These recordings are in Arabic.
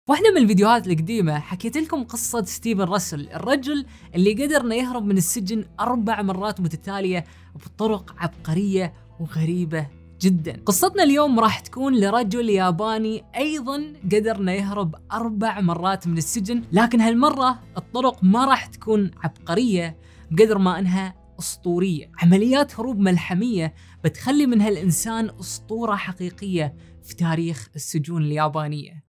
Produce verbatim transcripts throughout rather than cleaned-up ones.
واحدة من الفيديوهات القديمة حكيت لكم قصة ستيفن راسل، الرجل اللي قدر انه يهرب من السجن أربع مرات متتالية بطرق عبقرية وغريبة جدا. قصتنا اليوم راح تكون لرجل ياباني ايضا قدر انه يهرب اربع مرات من السجن، لكن هالمرة الطرق ما راح تكون عبقرية بقدر ما انها اسطورية. عمليات هروب ملحمية بتخلي من هالانسان اسطورة حقيقية في تاريخ السجون اليابانية.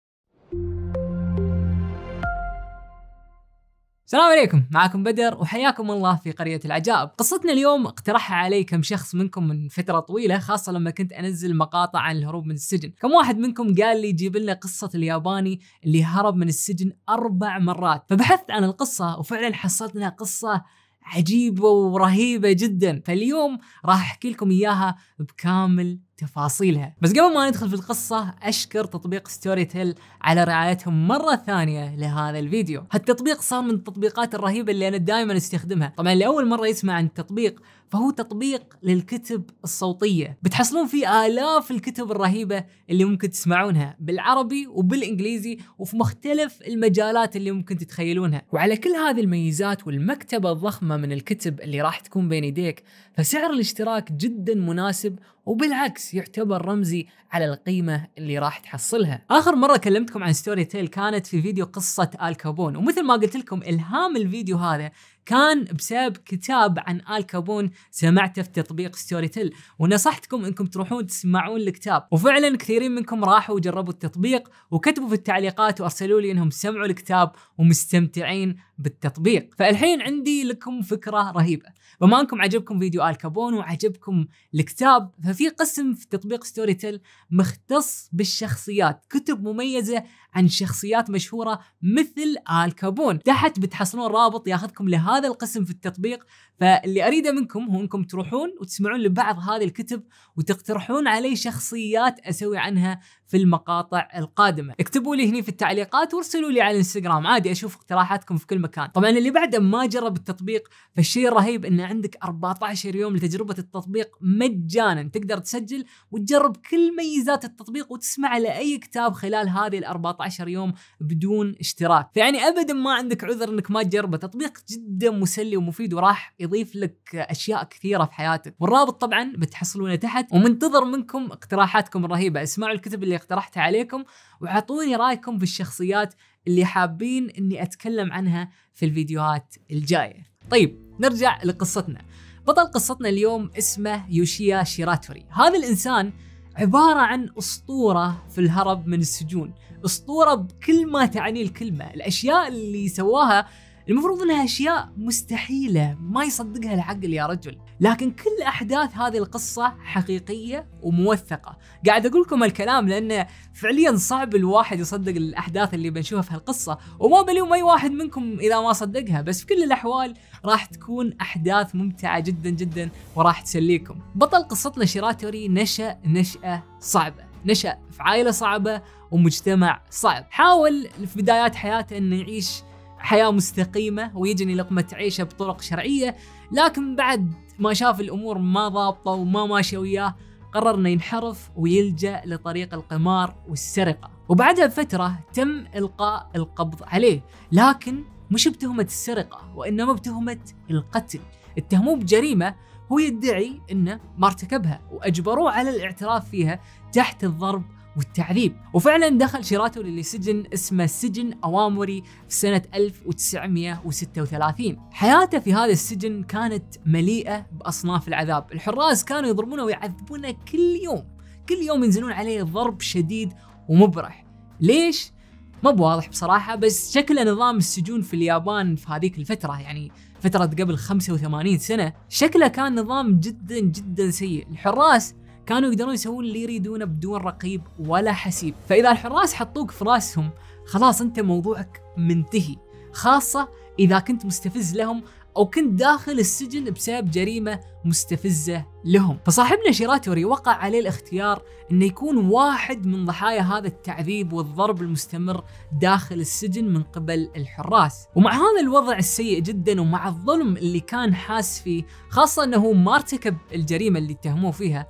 السلام عليكم، معكم بدر وحياكم الله في قرية العجائب. قصتنا اليوم اقترحها علي كم شخص منكم من فترة طويلة، خاصة لما كنت انزل مقاطع عن الهروب من السجن. كم واحد منكم قال لي جيب لنا قصة الياباني اللي هرب من السجن أربع مرات، فبحثت عن القصة وفعلا حصلت لنا قصة عجيبة ورهيبة جدا. فاليوم راح احكي لكم اياها بكامل تفاصيلها. بس قبل ما ندخل في القصة اشكر تطبيق ستوري تيل على رعايتهم مرة ثانية لهذا الفيديو. هالتطبيق صار من التطبيقات الرهيبة اللي انا دائما استخدمها. طبعا لأول مرة يسمع عن التطبيق فهو تطبيق للكتب الصوتية، بتحصلون فيه آلاف الكتب الرهيبة اللي ممكن تسمعونها بالعربي وبالإنجليزي وفي مختلف المجالات اللي ممكن تتخيلونها. وعلى كل هذه الميزات والمكتبة الضخمة من الكتب اللي راح تكون بين يديك، فسعر الاشتراك جدا مناسب وبالعكس يعتبر رمزي على القيمة اللي راح تحصلها. آخر مرة كلمتكم عن ستوري تيل كانت في فيديو قصة آل كابون، ومثل ما قلت لكم إلهام الفيديو هذا كان بسبب كتاب عن آل كابون سمعته في تطبيق ستوري تيل، ونصحتكم انكم تروحون تسمعون الكتاب. وفعلا كثيرين منكم راحوا وجربوا التطبيق وكتبوا في التعليقات وارسلوا لي انهم سمعوا الكتاب ومستمتعين بالتطبيق. فالحين عندي لكم فكرة رهيبة، بما انكم عجبكم فيديو آل كابون وعجبكم الكتاب، ففي قسم في تطبيق ستوري تيل مختص بالشخصيات، كتب مميزة عن شخصيات مشهورة مثل آل كابون. تحت بتحصلون رابط ياخذكم لهذا القسم في التطبيق. فاللي اريده منكم هو انكم تروحون وتسمعون لبعض هذه الكتب وتقترحون علي شخصيات اسوي عنها في المقاطع القادمة. اكتبوا لي هنا في التعليقات وارسلوا لي على الانستغرام، عادي اشوف اقتراحاتكم في كل مكان. طبعا اللي بعده ما جرب التطبيق فالشيء الرهيب ان عندك أربعة عشر يوم لتجربة التطبيق مجانا، تقدر تسجل وتجرب كل ميزات التطبيق وتسمع لاي كتاب خلال هذه ال أربعة عشر يوم بدون اشتراك. فيعني ابدا ما عندك عذر انك ما تجربه، تطبيق جدا مسلي ومفيد وراح يضيف لك اشياء كثيرة في حياتك. والرابط طبعا بتحصلونه تحت، ومنتظر منكم اقتراحاتكم الرهيبة. اسمعوا الكتب اللي اقترحتها عليكم واعطوني رايكم في الشخصيات اللي حابين اني اتكلم عنها في الفيديوهات الجاية. طيب نرجع لقصتنا. بطل قصتنا اليوم اسمه يوشيا شيراتوري. هذا الانسان عبارة عن اسطورة في الهرب من السجون، اسطورة بكل ما تعني الكلمة. الاشياء اللي سواها المفروض انها اشياء مستحيلة ما يصدقها العقل يا رجل، لكن كل احداث هذه القصة حقيقية وموثقة. قاعد اقول لكم الكلام لانه فعليا صعب الواحد يصدق الاحداث اللي بنشوفها في هالقصة، وما بلوم اي واحد منكم اذا ما صدقها، بس في كل الاحوال راح تكون احداث ممتعة جدا جدا وراح تسليكم. بطل قصتنا شيراتوري نشأ نشأة صعبة، نشأ في عائلة صعبة ومجتمع صعب. حاول في بدايات حياته انه يعيش حياة مستقيمة ويجني لقمة عيشه بطرق شرعية، لكن بعد ما شاف الأمور ما ضابطة وما ماشية وياه قرر انه ينحرف ويلجأ لطريق القمار والسرقة. وبعدها بفترة تم إلقاء القبض عليه، لكن مش بتهمة السرقة وإنما بتهمة القتل. اتهموه بجريمة هو يدعي انه ما ارتكبها، واجبروه على الاعتراف فيها تحت الضرب والتعذيب. وفعلا دخل شيراتوري لسجن اسمه سجن أواموري في سنة ألف وتسعمئة وستة وثلاثين. حياته في هذا السجن كانت مليئة بأصناف العذاب. الحراس كانوا يضربونه ويعذبونه كل يوم، كل يوم ينزلون عليه ضرب شديد ومبرح. ليش؟ ما بواضح بصراحة، بس شكل نظام السجون في اليابان في هذيك الفترة، يعني فترة قبل خمسة وثمانين سنة، شكله كان نظام جدا جدا سيء. الحراس كانوا يقدرون يسوون اللي يريدونه بدون رقيب ولا حسيب، فإذا الحراس حطوك في راسهم خلاص أنت موضوعك منتهي، خاصة إذا كنت مستفز لهم أو كنت داخل السجن بسبب جريمة مستفزة لهم. فصاحبنا شيراتوري وقع عليه الاختيار أنه يكون واحد من ضحايا هذا التعذيب والضرب المستمر داخل السجن من قبل الحراس. ومع هذا الوضع السيء جدا ومع الظلم اللي كان حاس فيه، خاصة أنه ما ارتكب الجريمة اللي اتهموه فيها،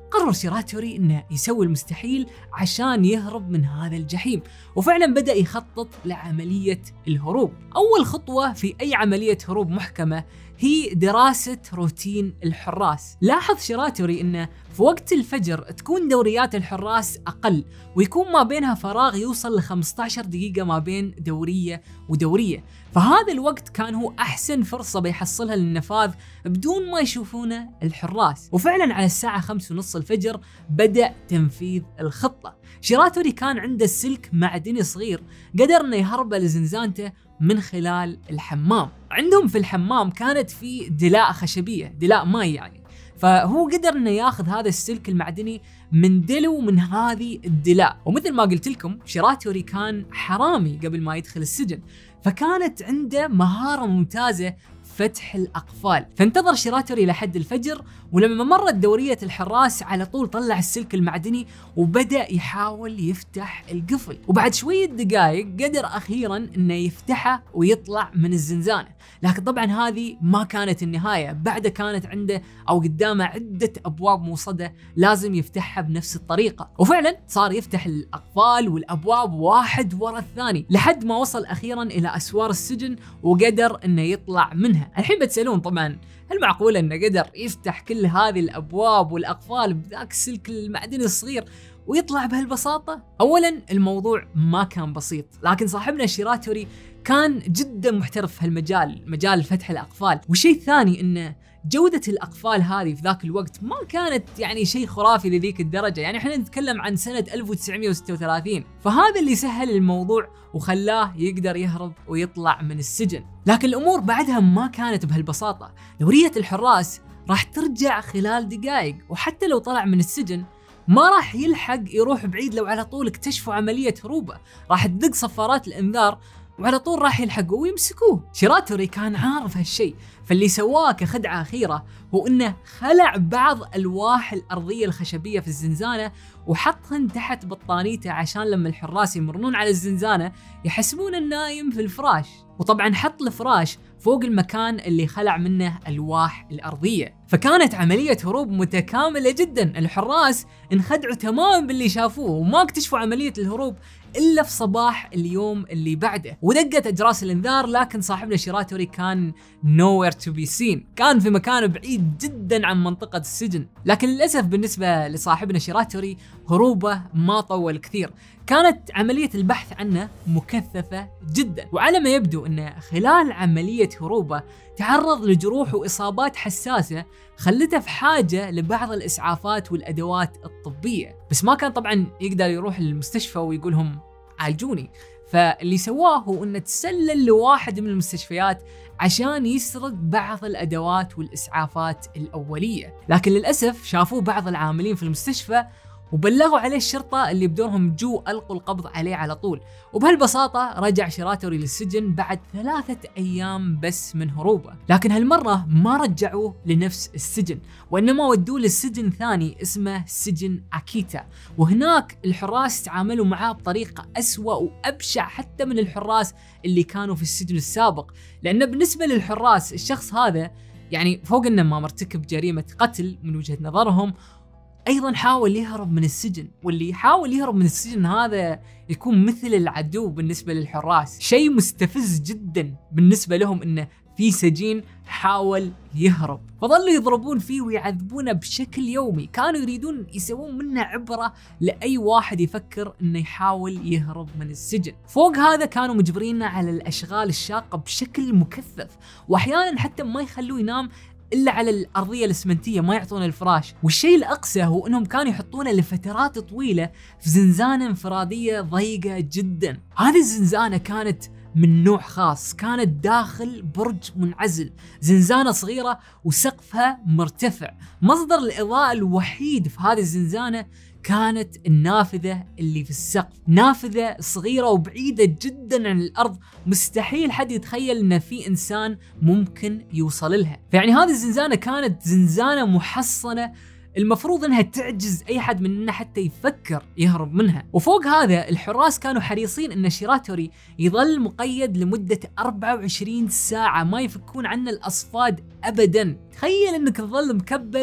قرر شيراتوري انه يسوي المستحيل عشان يهرب من هذا الجحيم، وفعلا بدأ يخطط لعملية الهروب. أول خطوة في أي عملية هروب محكمة هي دراسة روتين الحراس. لاحظ شيراتوري انه في وقت الفجر تكون دوريات الحراس أقل، ويكون ما بينها فراغ يوصل ل خمسة عشر دقيقة ما بين دورية ودورية، فهذا الوقت كان هو أحسن فرصة بيحصلها للنفاذ بدون ما يشوفونه الحراس. وفعلا على الساعة خمسة ونص الفجر بدأ تنفيذ الخطة. شيراتوري كان عنده سلك معدني صغير قدر انه يهرب لزنزانته من خلال الحمام. عندهم في الحمام كانت في دلاء خشبية، دلاء ماء يعني، فهو قدر انه ياخذ هذا السلك المعدني من دلو من هذه الدلاء. ومثل ما قلت لكم شيراتوري كان حرامي قبل ما يدخل السجن، فكانت عنده مهارة ممتازة فتح الأقفال. فانتظر شيراتوري لحد الفجر، ولما مرت دورية الحراس على طول طلع السلك المعدني وبدأ يحاول يفتح القفل. وبعد شوية دقائق قدر أخيرا انه يفتحه ويطلع من الزنزانة. لكن طبعا هذه ما كانت النهاية، بعد كانت عنده أو قدامه عدة أبواب موصدة لازم يفتحها بنفس الطريقة. وفعلا صار يفتح الأقفال والأبواب واحد ورا الثاني لحد ما وصل أخيرا إلى أسوار السجن وقدر انه يطلع منها. الحين بتسألون طبعا هل معقول انه قدر يفتح كل هذه الابواب والاقفال بذاك السلك المعدني الصغير ويطلع بهالبساطة؟ اولا الموضوع ما كان بسيط، لكن صاحبنا شيراتوري كان جدا محترف في هالمجال، مجال فتح الاقفال. والشيء الثاني انه جودة الأقفال هذه في ذاك الوقت ما كانت يعني شيء خرافي لذيك الدرجة، يعني احنا نتكلم عن سنة ألف وتسعمئة وستة وثلاثين، فهذا اللي سهل الموضوع وخلاه يقدر يهرب ويطلع من السجن. لكن الأمور بعدها ما كانت بهالبساطة. دورية الحراس راح ترجع خلال دقائق، وحتى لو طلع من السجن ما راح يلحق يروح بعيد لو على طول اكتشفوا عملية هروبه، راح تدق صفارات الإنذار وعلى طول راح يلحقوه ويمسكوه. شيراتوري كان عارف هالشيء، فاللي سواه كخدعة أخيرة هو إنه خلع بعض ألواح الأرضية الخشبية في الزنزانة وحطهن تحت بطانيته عشان لما الحراس يمرون على الزنزانة يحسبون النايم في الفراش. وطبعا حط الفراش فوق المكان اللي خلع منه ألواح الأرضية، فكانت عملية هروب متكاملة جدا. الحراس انخدعوا تماما باللي شافوه وما اكتشفوا عملية الهروب إلا في صباح اليوم اللي بعده. ودقت أجراس الإنذار، لكن صاحبنا شيراتوري كان nowhere to be seen، كان في مكان بعيد جدا عن منطقة السجن. لكن للأسف بالنسبة لصاحبنا شيراتوري هروبه ما طول كثير، كانت عملية البحث عنه مكثفة جدا. وعلى ما يبدو أنه خلال عملية هروبه تعرض لجروح وإصابات حساسة خلته في حاجة لبعض الإسعافات والأدوات الطبية، بس ما كان طبعا يقدر يروح للمستشفى ويقولهم عالجوني. فاللي سواه هو أنه تسلل لواحد من المستشفيات عشان يسرق بعض الأدوات والإسعافات الأولية. لكن للأسف شافوه بعض العاملين في المستشفى وبلغوا عليه الشرطة اللي بدورهم جو ألقوا القبض عليه على طول. وبهالبساطة رجع شيراتوري للسجن بعد ثلاثة أيام بس من هروبه. لكن هالمرة ما رجعوه لنفس السجن، وإنما ودوه للسجن ثاني اسمه سجن أكيتا، وهناك الحراس تعاملوا معاه بطريقة أسوأ وأبشع حتى من الحراس اللي كانوا في السجن السابق. لأنه بالنسبة للحراس الشخص هذا يعني فوق إنه ما مرتكب جريمة قتل من وجهة نظرهم، أيضا حاول يهرب من السجن، واللي يحاول يهرب من السجن هذا يكون مثل العدو بالنسبة للحراس. شيء مستفز جدا بالنسبة لهم إنه في سجين حاول يهرب، فظلوا يضربون فيه ويعذبونه بشكل يومي. كانوا يريدون يسوون منه عبرة لأي واحد يفكر إنه يحاول يهرب من السجن. فوق هذا كانوا مجبرينه على الأشغال الشاقة بشكل مكثف، وأحيانا حتى ما يخلوه ينام إلا على الأرضية الإسمنتية، ما يعطونه الفراش. والشيء الأقسى هو أنهم كانوا يحطونه لفترات طويلة في زنزانة انفرادية ضيقة جدا. هذه الزنزانة كانت من نوع خاص، كانت داخل برج منعزل، زنزانة صغيرة وسقفها مرتفع. مصدر الإضاءة الوحيد في هذه الزنزانة كانت النافذة اللي في السقف، نافذة صغيرة وبعيدة جدا عن الأرض، مستحيل حد يتخيل إن في إنسان ممكن يوصل لها. فيعني هذه الزنزانة كانت زنزانة محصنة، المفروض انها تعجز اي حد مننا حتى يفكر يهرب منها. وفوق هذا الحراس كانوا حريصين ان شيراتوري يظل مقيد لمدة أربعة وعشرين ساعة، ما يفكون عنه الاصفاد ابدا. تخيل انك تظل مكبل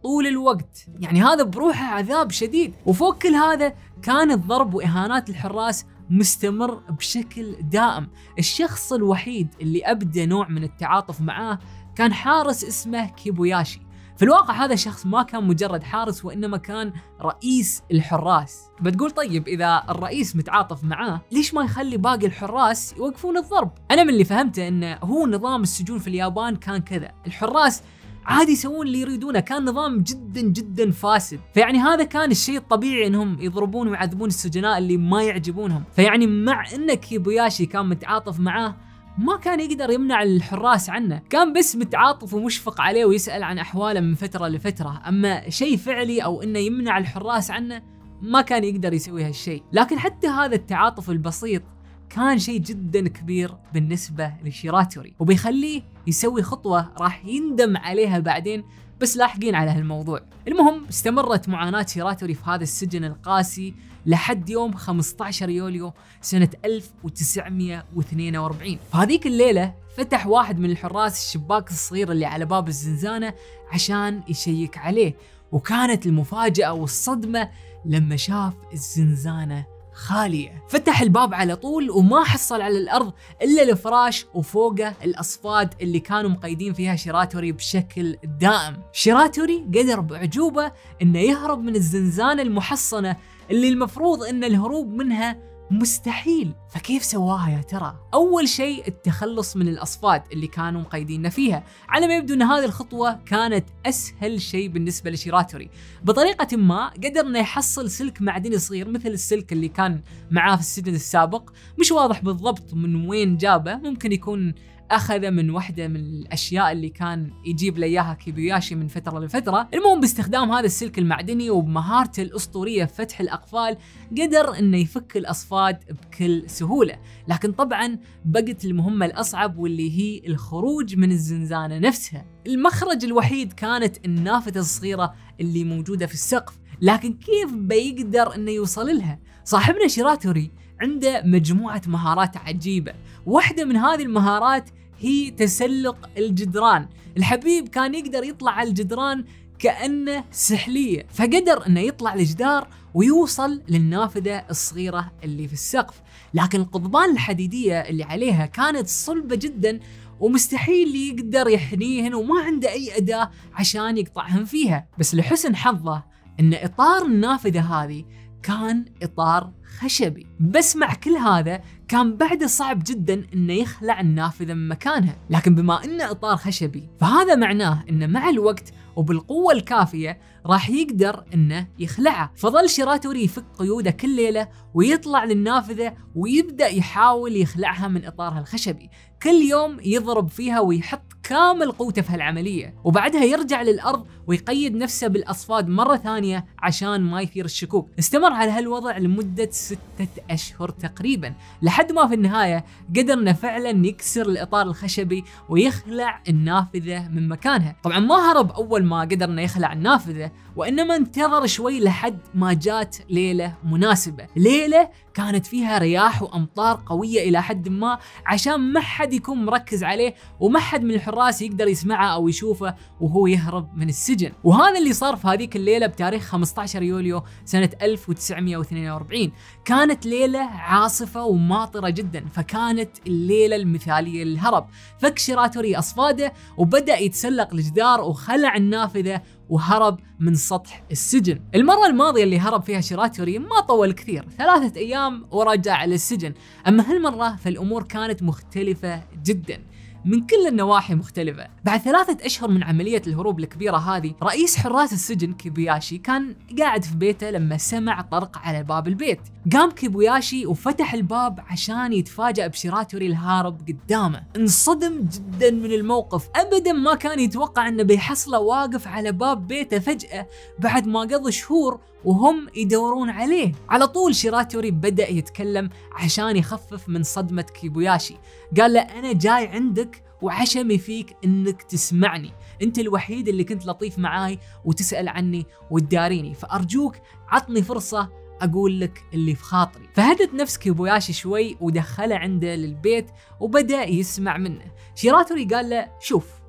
طول الوقت، يعني هذا بروحه عذاب شديد. وفوق كل هذا كان الضرب وإهانات الحراس مستمر بشكل دائم. الشخص الوحيد اللي أبدى نوع من التعاطف معاه كان حارس اسمه كيبوياشي. في الواقع هذا الشخص ما كان مجرد حارس وإنما كان رئيس الحراس. بتقول طيب إذا الرئيس متعاطف معاه ليش ما يخلي باقي الحراس يوقفون الضرب؟ أنا من اللي فهمته إنه هو نظام السجون في اليابان كان كذا، الحراس عادي يسوون اللي يريدونه، كان نظام جدا جدا فاسد. فيعني هذا كان الشيء الطبيعي انهم يضربون ويعذبون السجناء اللي ما يعجبونهم. فيعني مع ان كيبوياشي كان متعاطف معاه ما كان يقدر يمنع الحراس عنه، كان بس متعاطف ومشفق عليه ويسأل عن أحواله من فترة لفترة. أما شيء فعلي أو إنه يمنع الحراس عنه ما كان يقدر يسوي هالشيء. لكن حتى هذا التعاطف البسيط كان شيء جدا كبير بالنسبة لشيراتوري، وبيخليه يسوي خطوة راح يندم عليها بعدين، بس لاحقين على هالموضوع. المهم استمرت معاناة شيراتوري في هذا السجن القاسي لحد يوم خمسة عشر يوليو سنة ألف وتسعمئة واثنين وأربعين. في هذيك الليلة فتح واحد من الحراس الشباك الصغير اللي على باب الزنزانة عشان يشيك عليه، وكانت المفاجأة والصدمة لما شاف الزنزانة خالية. فتح الباب على طول وما حصل على الأرض إلا الفراش وفوقه الأصفاد اللي كانوا مقيدين فيها شيراتوري بشكل دائم. شيراتوري قدر بأعجوبة إنه يهرب من الزنزانة المحصنة اللي المفروض إن الهروب منها مستحيل. فكيف سواها يا ترى؟ أول شيء التخلص من الأصفاد اللي كانوا مقيدين فيها. على ما يبدو أن هذه الخطوة كانت أسهل شيء بالنسبة لشيراتوري. بطريقة ما قدر أنه يحصل سلك معدني صغير مثل السلك اللي كان معاه في السجن السابق، مش واضح بالضبط من وين جابه، ممكن يكون أخذ من واحدة من الأشياء اللي كان يجيب له إياها كيبوياشي من فترة لفترة. المهم باستخدام هذا السلك المعدني وبمهارته الأسطورية في فتح الأقفال قدر إنه يفك الأصفاد بكل سهولة. لكن طبعا بقت المهمة الأصعب واللي هي الخروج من الزنزانة نفسها. المخرج الوحيد كانت النافذة الصغيرة اللي موجودة في السقف، لكن كيف بيقدر إنه يوصل لها؟ صاحبنا شيراتوري عنده مجموعة مهارات عجيبة، واحدة من هذه المهارات هي تسلق الجدران. الحبيب كان يقدر يطلع على الجدران كأنه سحلية، فقدر انه يطلع الجدار ويوصل للنافذة الصغيرة اللي في السقف. لكن القضبان الحديدية اللي عليها كانت صلبة جدا ومستحيل يقدر يحنيهن وما عنده اي أداة عشان يقطعهن فيها. بس لحسن حظه ان اطار النافذة هذه كان إطار خشبي. بس مع كل هذا كان بعده صعب جدا انه يخلع النافذة من مكانها. لكن بما انه إطار خشبي فهذا معناه انه مع الوقت وبالقوة الكافية راح يقدر انه يخلعها. فظل شيراتوري يفك قيوده كل ليلة ويطلع للنافذة ويبدأ يحاول يخلعها من إطارها الخشبي. كل يوم يضرب فيها ويحط كامل قوته في هالعملية، وبعدها يرجع للأرض ويقيد نفسه بالأصفاد مرة ثانية عشان ما يثير الشكوك. استمر على هالوضع لمدة ستة أشهر تقريبا، لحد ما في النهاية قدرنا فعلا يكسر الإطار الخشبي ويخلع النافذة من مكانها. طبعا ما هرب أول ما قدرنا يخلع النافذة، وإنما انتظر شوي لحد ما جات ليلة مناسبة. ليلة كانت فيها رياح وأمطار قوية إلى حد ما عشان ما حد يكون مركز عليه وما حد من الحراس يقدر يسمعه أو يشوفه وهو يهرب من السجن. وهذا اللي صار في هذيك الليلة بتاريخ خمسة عشر يوليو سنة ألف وتسعمئة واثنين وأربعين. كانت ليلة عاصفة وماطرة جدا، فكانت الليلة المثالية للهرب. فك شيراتوري أصفاده وبدأ يتسلق الجدار وخلع النافذة وهرب من سطح السجن. المرة الماضية اللي هرب فيها شيراتوري ما طول كثير، ثلاثة أيام ورجع على السجن. أما هالمرة فالأمور كانت مختلفة جدا، من كل النواحي مختلفة. بعد ثلاثة أشهر من عملية الهروب الكبيرة هذه، رئيس حراس السجن كيبوياشي كان قاعد في بيته لما سمع طرق على باب البيت. قام كيبوياشي وفتح الباب عشان يتفاجأ بشيراتوري الهارب قدامه. انصدم جدا من الموقف، أبدا ما كان يتوقع أنه بيحصله واقف على باب بيته فجأة بعد ما قضى شهور وهم يدورون عليه. على طول شيراتوري بدأ يتكلم عشان يخفف من صدمة كيبوياشي. قال له أنا جاي عندك وعشمي فيك انك تسمعني، انت الوحيد اللي كنت لطيف معاي وتسأل عني وتداريني، فأرجوك عطني فرصة أقول لك اللي في خاطري. فهدت نفس كيبوياشي شوي ودخله عنده للبيت وبدأ يسمع منه. شيراتوري قال له شوف،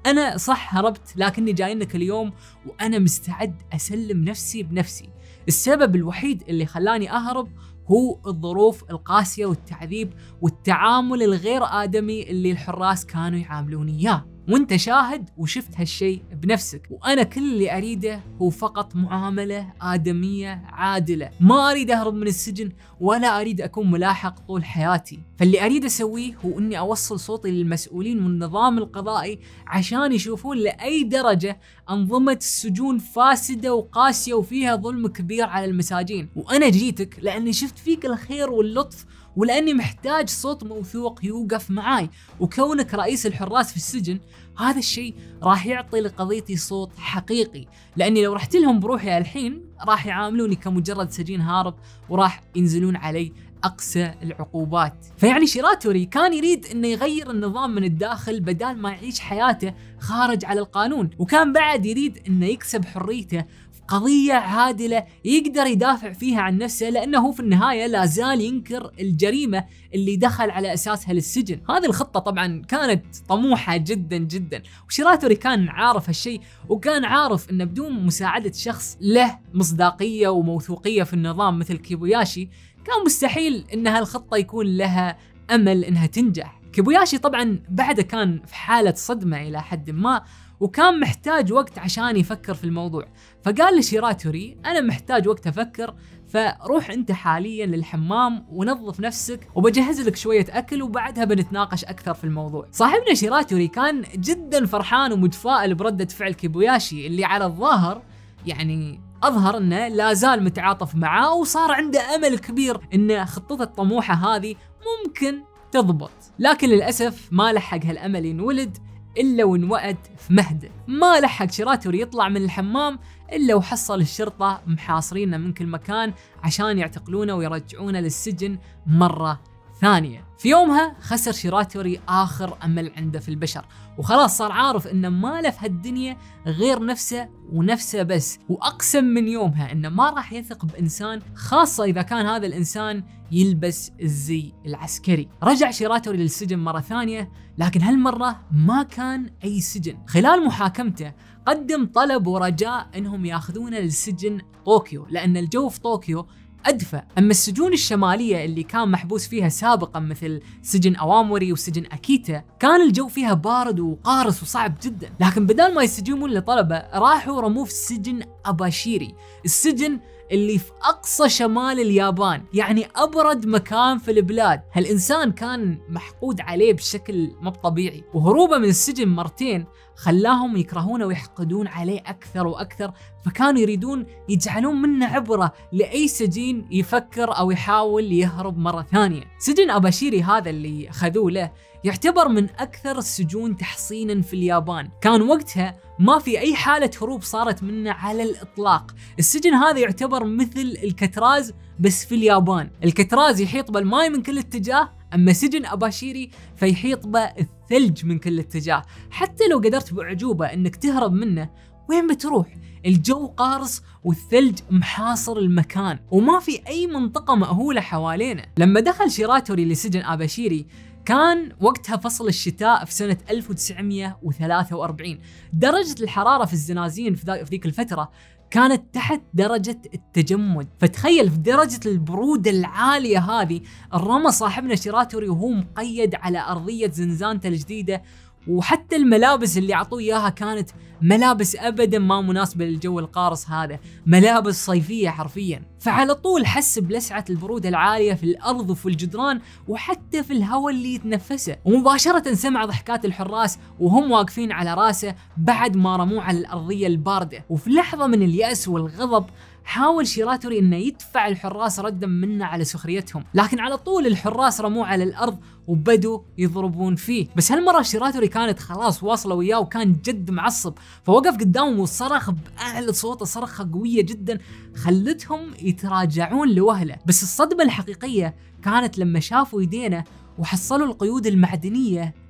أنا صح هربت لكني جاي لك اليوم وأنا مستعد أسلم نفسي بنفسي. السبب الوحيد اللي خلاني أهرب هو الظروف القاسية والتعذيب والتعامل الغير آدمي اللي الحراس كانوا يعاملوني إياه، وانت شاهد وشفت هالشيء بنفسك. وانا كل اللي اريده هو فقط معاملة آدمية عادلة. ما اريد اهرب من السجن ولا اريد اكون ملاحق طول حياتي. فاللي اريد اسويه هو اني اوصل صوتي للمسؤولين والنظام القضائي عشان يشوفون لاي درجة انظمة السجون فاسدة وقاسية وفيها ظلم كبير على المساجين. وانا جيتك لاني شفت فيك الخير واللطف، ولاني محتاج صوت موثوق يوقف معاي. وكونك رئيس الحراس في السجن هذا الشيء راح يعطي لقضيتي صوت حقيقي، لاني لو رحت لهم بروحي الحين راح يعاملوني كمجرد سجين هارب وراح ينزلون علي اقسى العقوبات. فيعني شيراتوري كان يريد انه يغير النظام من الداخل بدال ما يعيش حياته خارج على القانون، وكان بعد يريد انه يكسب حريته قضية عادلة يقدر يدافع فيها عن نفسه، لأنه هو في النهاية لا زال ينكر الجريمة اللي دخل على أساسها للسجن. هذه الخطة طبعا كانت طموحة جدا جدا، وشيراتوري كان عارف هالشيء، وكان عارف أنه بدون مساعدة شخص له مصداقية وموثوقية في النظام مثل كيبوياشي كان مستحيل أن هالخطة يكون لها أمل أنها تنجح. كيبوياشي طبعا بعده كان في حالة صدمة إلى حد ما، وكان محتاج وقت عشان يفكر في الموضوع. فقال لشيراتوري أنا محتاج وقت أفكر، فروح أنت حاليا للحمام ونظف نفسك وبجهز لك شوية أكل وبعدها بنتناقش أكثر في الموضوع. صاحبنا شيراتوري كان جدا فرحان ومتفائل بردة فعل كيبوياشي اللي على الظاهر يعني أظهر أنه لا زال متعاطف معاه، وصار عنده أمل كبير أن خطته الطموحة هذه ممكن تضبط. لكن للأسف ما لحق هالأمل ينولد إلا وانوقد في مهده. ما لحق شيراتوري يطلع من الحمام إلا وحصل الشرطة محاصرينه من كل مكان عشان يعتقلونه ويرجعونه للسجن مرة ثانية. في يومها خسر شيراتوري آخر أمل عنده في البشر، وخلاص صار عارف إنه ما له في هالدنيا غير نفسه ونفسه بس. وأقسم من يومها إنه ما راح يثق بإنسان، خاصة إذا كان هذا الإنسان يلبس الزي العسكري. رجع شيراتوري للسجن مرة ثانية، لكن هالمرة ما كان أي سجن. خلال محاكمته قدم طلب ورجاء إنهم ياخذونه للسجن طوكيو، لأن الجو في طوكيو أدفى. أما السجون الشمالية اللي كان محبوس فيها سابقا مثل سجن أواموري وسجن أكيتا كان الجو فيها بارد وقارس وصعب جدا. لكن بدل ما يستجيبون لطلبه راحوا رموه في سجن أباشيري، السجن اللي في أقصى شمال اليابان، يعني أبرد مكان في البلاد. هالإنسان كان محقود عليه بشكل مو طبيعي، وهروبه من السجن مرتين خلاهم يكرهونه ويحقدون عليه أكثر وأكثر، فكانوا يريدون يجعلون منه عبرة لأي سجين يفكر أو يحاول يهرب مرة ثانية. سجن أباشيري هذا اللي خذوه له يعتبر من أكثر السجون تحصينا في اليابان. كان وقتها ما في أي حالة هروب صارت منه على الإطلاق. السجن هذا يعتبر مثل الكتراز بس في اليابان. الكتراز يحيط بالماء من كل اتجاه، أما سجن أباشيري فيحيط به الثلج من كل اتجاه. حتى لو قدرت بأعجوبة أنك تهرب منه وين بتروح؟ الجو قارص والثلج محاصر المكان وما في أي منطقة مأهولة حوالينا. لما دخل شيراتوري لسجن أباشيري كان وقتها فصل الشتاء في سنة ألف وتسعمئة وثلاثة وأربعين. درجة الحرارة في الزنازين في ذيك الفترة كانت تحت درجة التجمد، فتخيل في درجة البرودة العالية هذه الرمى صاحبنا شيراتوري وهو مقيد على أرضية زنزانته الجديدة، وحتى الملابس اللي عطوه إياها كانت ملابس أبدا ما مناسبة للجو القارص هذا، ملابس صيفية حرفيا. فعلى طول حس بلسعة البرودة العالية في الأرض وفي الجدران وحتى في الهواء اللي يتنفسه. ومباشرة سمع ضحكات الحراس وهم واقفين على راسه بعد ما رموه على الأرضية الباردة. وفي لحظة من اليأس والغضب حاول شيراتوري انه يدفع الحراس ردا منه على سخريتهم، لكن على طول الحراس رموه على الارض وبدوا يضربون فيه. بس هالمره شيراتوري كانت خلاص واصله وياه وكان جد معصب، فوقف قدامهم وصرخ باعلى صوته صرخه قويه جدا خلتهم يتراجعون لوهله. بس الصدمه الحقيقيه كانت لما شافوا يدينه وحصلوا القيود المعدنيه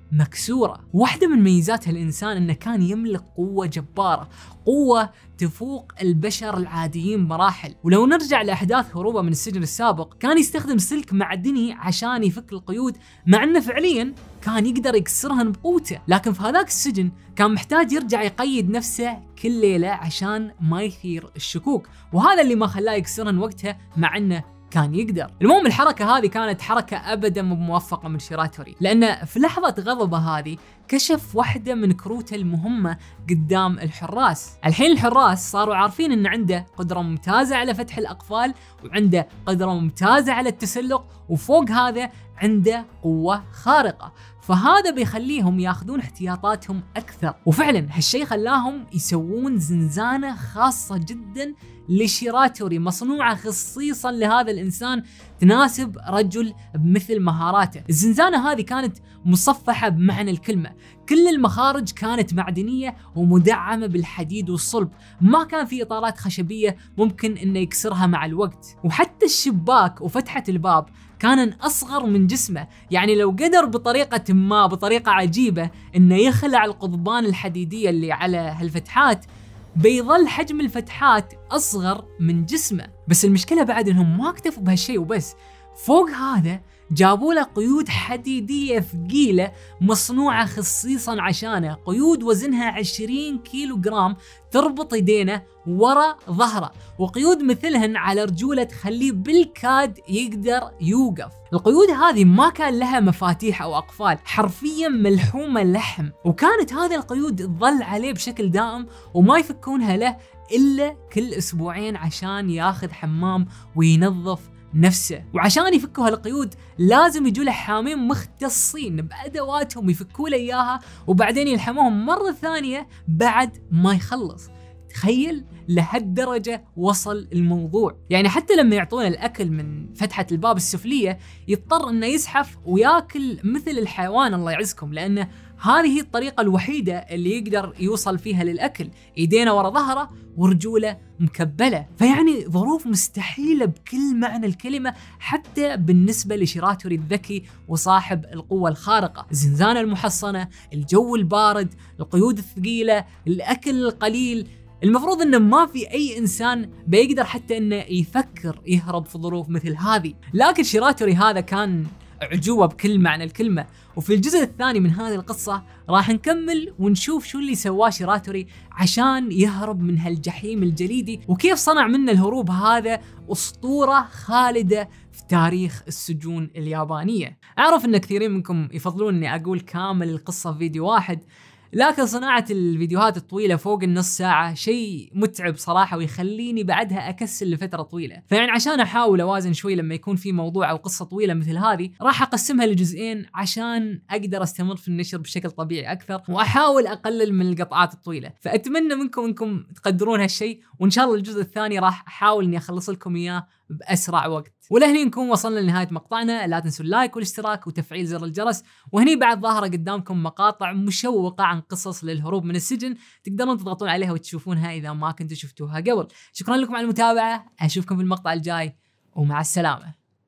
مكسورة. واحدة من ميزات هالإنسان أنه كان يملك قوة جبارة، قوة تفوق البشر العاديين بمراحل. ولو نرجع لأحداث هروبه من السجن السابق، كان يستخدم سلك معدني عشان يفك القيود، مع أنه فعليا كان يقدر يكسرهن بقوته، لكن في هذاك السجن كان محتاج يرجع يقيد نفسه كل ليلة عشان ما يثير الشكوك، وهذا اللي ما خلاه يكسرهن وقتها مع أنه كان يقدر. المهم الحركة هذه كانت حركة أبدا مو موفقة من شيراتوري، لأن في لحظة غضبه هذه كشف واحدة من كروته المهمة قدام الحراس. الحين الحراس صاروا عارفين أن عنده قدرة ممتازة على فتح الأقفال، وعنده قدرة ممتازة على التسلق، وفوق هذا عنده قوة خارقة، فهذا بيخليهم ياخذون احتياطاتهم أكثر. وفعلا هالشيء خلاهم يسوون زنزانة خاصة جدا لشيراتوري، مصنوعة خصيصا لهذا الإنسان، تناسب رجل بمثل مهاراته. الزنزانة هذه كانت مصفحة بمعنى الكلمة، كل المخارج كانت معدنية ومدعمة بالحديد والصلب، ما كان في إطارات خشبية ممكن إنه يكسرها مع الوقت. وحتى الشباك وفتحة الباب كان أصغر من جسمه، يعني لو قدر بطريقة ما بطريقة عجيبة إنه يخلع القضبان الحديدية اللي على هالفتحات، بيظل حجم الفتحات أصغر من جسمه. بس المشكلة بعد إنهم ما اكتفوا بهالشيء وبس، فوق هذا جابوا له قيود حديدية ثقيلة مصنوعة خصيصا عشانه، قيود وزنها عشرين كيلو جرام تربط يدينه ورا ظهره، وقيود مثلهن على رجوله تخليه بالكاد يقدر يوقف. القيود هذه ما كان لها مفاتيح أو أقفال، حرفيا ملحومة لحم، وكانت هذه القيود تظل عليه بشكل دائم وما يفكونها له إلا كل أسبوعين عشان ياخذ حمام وينظف نفسه. وعشان يفكوا هالقيود لازم يجوا له حامين مختصين بأدواتهم يفكوا له إياها، وبعدين يلحموهم مرة ثانية بعد ما يخلص. تخيل لهالدرجة وصل الموضوع. يعني حتى لما يعطونه الأكل من فتحة الباب السفلية يضطر إنه يزحف وياكل مثل الحيوان الله يعزكم، لأنه هذه هي الطريقة الوحيدة اللي يقدر يوصل فيها للأكل، إيدينا ورا ظهره ورجوله مكبلة. فيعني ظروف مستحيلة بكل معنى الكلمة، حتى بالنسبة لشيراتوري الذكي وصاحب القوة الخارقة. الزنزانة المحصنة، الجو البارد، القيود الثقيلة، الأكل القليل، المفروض انه ما في اي انسان بيقدر حتى انه يفكر يهرب في ظروف مثل هذه، لكن شيراتوري هذا كان عجوبة بكل معنى الكلمة. وفي الجزء الثاني من هذه القصة راح نكمل ونشوف شو اللي سواه شيراتوري عشان يهرب من هالجحيم الجليدي، وكيف صنع منه الهروب هذا أسطورة خالدة في تاريخ السجون اليابانية. أعرف أن كثيرين منكم يفضلون أني أقول كامل القصة في فيديو واحد، لكن صناعة الفيديوهات الطويلة فوق النص ساعة شيء متعب صراحة، ويخليني بعدها أكسل لفترة طويلة. فيعني عشان أحاول أوازن شوي لما يكون في موضوع أو قصة طويلة مثل هذه، راح أقسمها لجزئين عشان أقدر أستمر في النشر بشكل طبيعي أكثر، وأحاول أقلل من القطعات الطويلة. فأتمنى منكم أنكم تقدرون هالشيء، وإن شاء الله الجزء الثاني راح أحاول إني أخلص لكم إياه بأسرع وقت. ولهني نكون وصلنا لنهاية مقطعنا، لا تنسوا اللايك والاشتراك وتفعيل زر الجرس. وهني بعد ظاهرة قدامكم مقاطع مشوقة عن قصص للهروب من السجن، تقدرون تضغطون عليها وتشوفونها إذا ما كنتوا شفتوها قبل. شكرا لكم على المتابعة، أشوفكم في المقطع الجاي ومع السلامة.